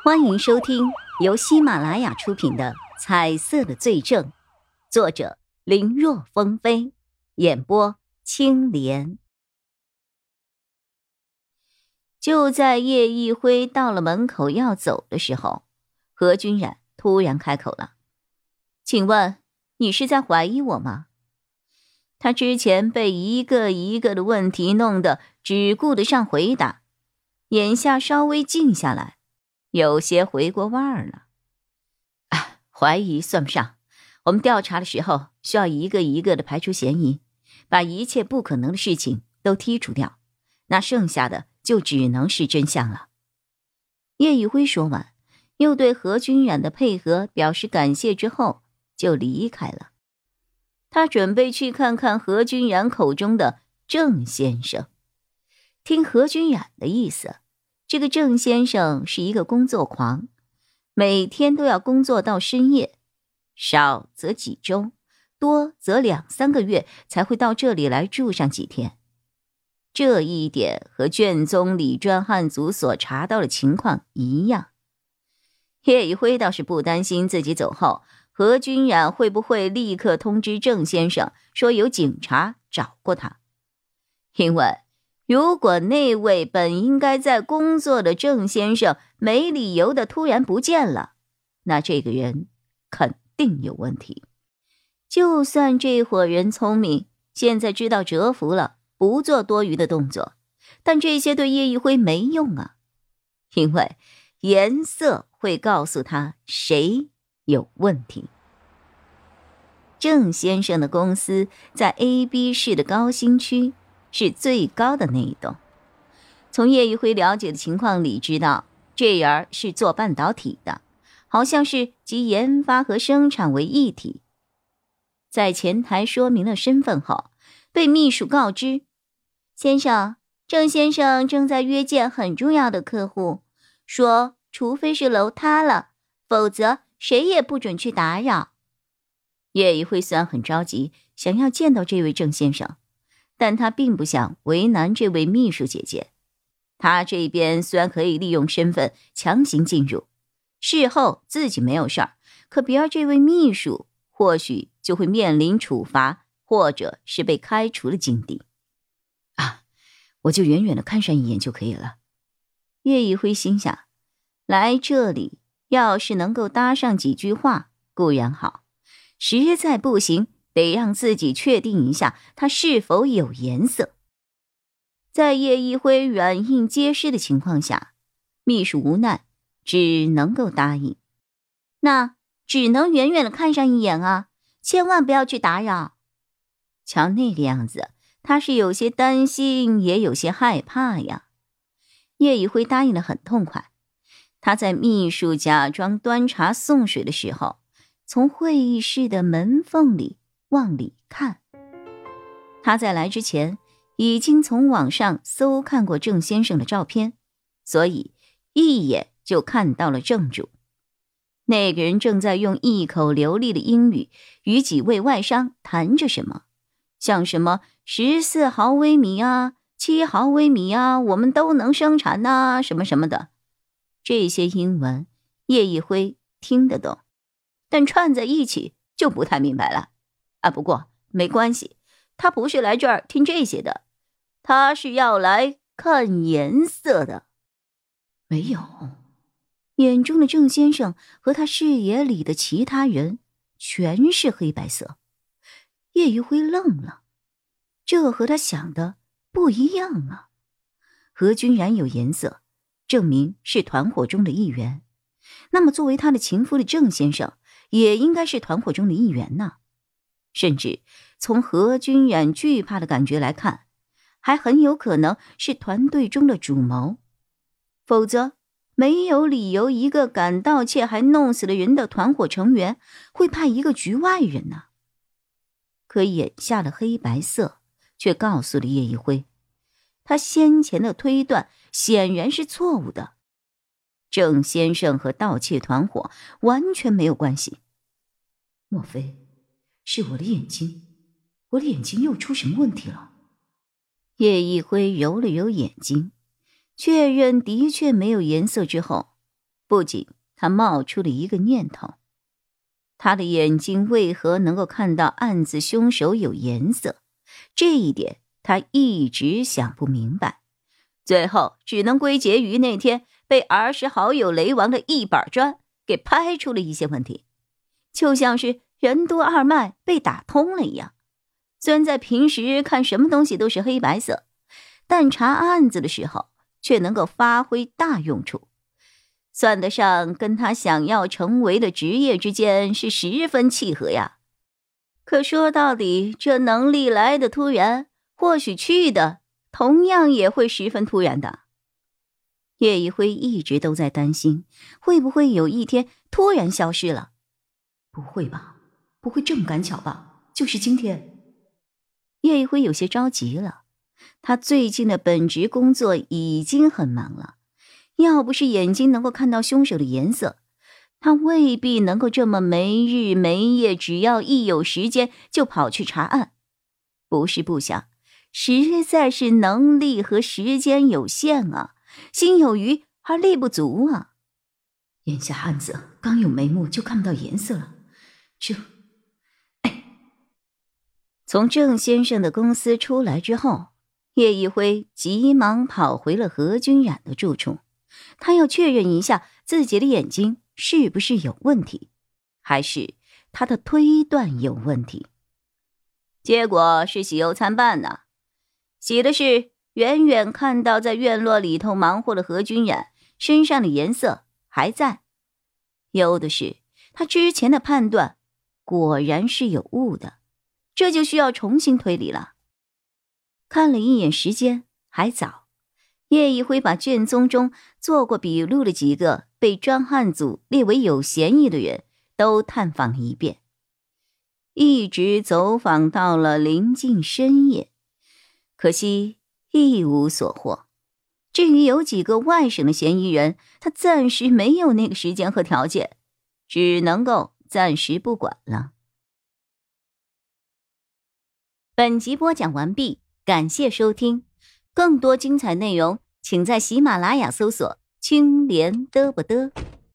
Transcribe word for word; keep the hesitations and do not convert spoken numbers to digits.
欢迎收听由喜马拉雅出品的《彩色的罪证》，作者林若风飞，演播青莲。就在叶一辉到了门口要走的时候，何君染突然开口了：“请问你是在怀疑我吗？”他之前被一个一个的问题弄得只顾得上回答，眼下稍微静下来，有些回过味儿了。啊，怀疑算不上，我们调查的时候需要一个一个的排除嫌疑，把一切不可能的事情都剔除掉，那剩下的就只能是真相了。叶一辉说完，又对何君染的配合表示感谢之后就离开了。他准备去看看何君染口中的郑先生。听何君染的意思，这个郑先生是一个工作狂，每天都要工作到深夜，少则几周，多则两三个月才会到这里来住上几天。这一点和卷宗里专案组所查到的情况一样。叶一辉倒是不担心自己走后何君染会不会立刻通知郑先生说有警察找过他，因为如果那位本应该在工作的郑先生没理由的突然不见了，那这个人肯定有问题。就算这伙人聪明，现在知道蛰伏了，不做多余的动作，但这些对叶一辉没用啊，因为颜色会告诉他谁有问题。郑先生的公司在 A B 市的高新区，是最高的那一栋。从叶一辉了解的情况里知道，这人是做半导体的，好像是集研发和生产为一体。在前台说明了身份后，被秘书告知：先生，郑先生正在约见很重要的客户，说除非是楼塌了，否则谁也不准去打扰。叶一辉虽然很着急，想要见到这位郑先生，但他并不想为难这位秘书姐姐。他这边虽然可以利用身份强行进入，事后自己没有事儿，可别人这位秘书或许就会面临处罚，或者是被开除的境地。啊，我就远远的看上一眼就可以了。叶一辉心想，来这里要是能够搭上几句话固然好，实在不行得让自己确定一下他是否有颜色。在叶一辉软硬皆施的情况下，秘书无奈只能够答应。那只能远远的看上一眼啊，千万不要去打扰。瞧那个样子，他是有些担心也有些害怕呀。叶一辉答应得很痛快。他在秘书假装端茶送水的时候，从会议室的门缝里往里看。他在来之前已经从网上搜看过郑先生的照片，所以一眼就看到了郑主。那个人正在用一口流利的英语与几位外商谈着什么，像什么十四毫微米啊，七毫微米啊，我们都能生产啊，什么什么的。这些英文叶一辉听得懂，但串在一起就不太明白了。啊，不过没关系，他不是来这儿听这些的，他是要来看颜色的。没有，眼中的郑先生和他视野里的其他人全是黑白色。叶一辉愣了，这和他想的不一样啊。何君然有颜色，证明是团伙中的一员，那么作为他的情夫的郑先生也应该是团伙中的一员呢。甚至从何君染惧怕的感觉来看，还很有可能是团队中的主谋，否则没有理由一个敢盗窃还弄死了人的团伙成员会派一个局外人呢。可眼下的黑白色却告诉了叶一辉，他先前的推断显然是错误的。郑先生和盗窃团伙完全没有关系。莫非是我的眼睛？我的眼睛又出什么问题了？叶一辉揉了揉眼睛，确认的确没有颜色之后， 不仅他冒出了一个念头，他的眼睛为何能够看到案子凶手有颜色？这一点他一直想不明白，最后只能归结于那天被儿时好友雷王的一板砖给拍出了一些问题，就像是任督二脉被打通了一样。虽然在平时看什么东西都是黑白色，但查案子的时候却能够发挥大用处，算得上跟他想要成为的职业之间是十分契合呀。可说到底，这能力来的突然，或许去的同样也会十分突然的。叶一辉一直都在担心，会不会有一天突然消失了？不会吧，不会这么赶巧吧？就是今天。叶一辉有些着急了，他最近的本职工作已经很忙了，要不是眼睛能够看到凶手的颜色，他未必能够这么没日没夜，只要一有时间就跑去查案。不是不想，实在是能力和时间有限啊，心有余而力不足啊。眼下案子刚有眉目就看不到颜色了，这……哎！从郑先生的公司出来之后，叶一辉急忙跑回了何君染的住处，他要确认一下自己的眼睛是不是有问题，还是他的推断有问题。结果是喜忧参半呐、啊。喜的是远远看到在院落里头忙活的何君染身上的颜色还在，忧的是他之前的判断果然是有误的，这就需要重新推理了。看了一眼时间，还早。叶一辉把卷宗中做过笔录的几个被专案组列为有嫌疑的人都探访了一遍，一直走访到了临近深夜，可惜一无所获。至于有几个外省的嫌疑人，他暂时没有那个时间和条件，只能够暂时不管了。本集播讲完毕，感谢收听。更多精彩内容请在喜马拉雅搜索青莲嘚不嘚。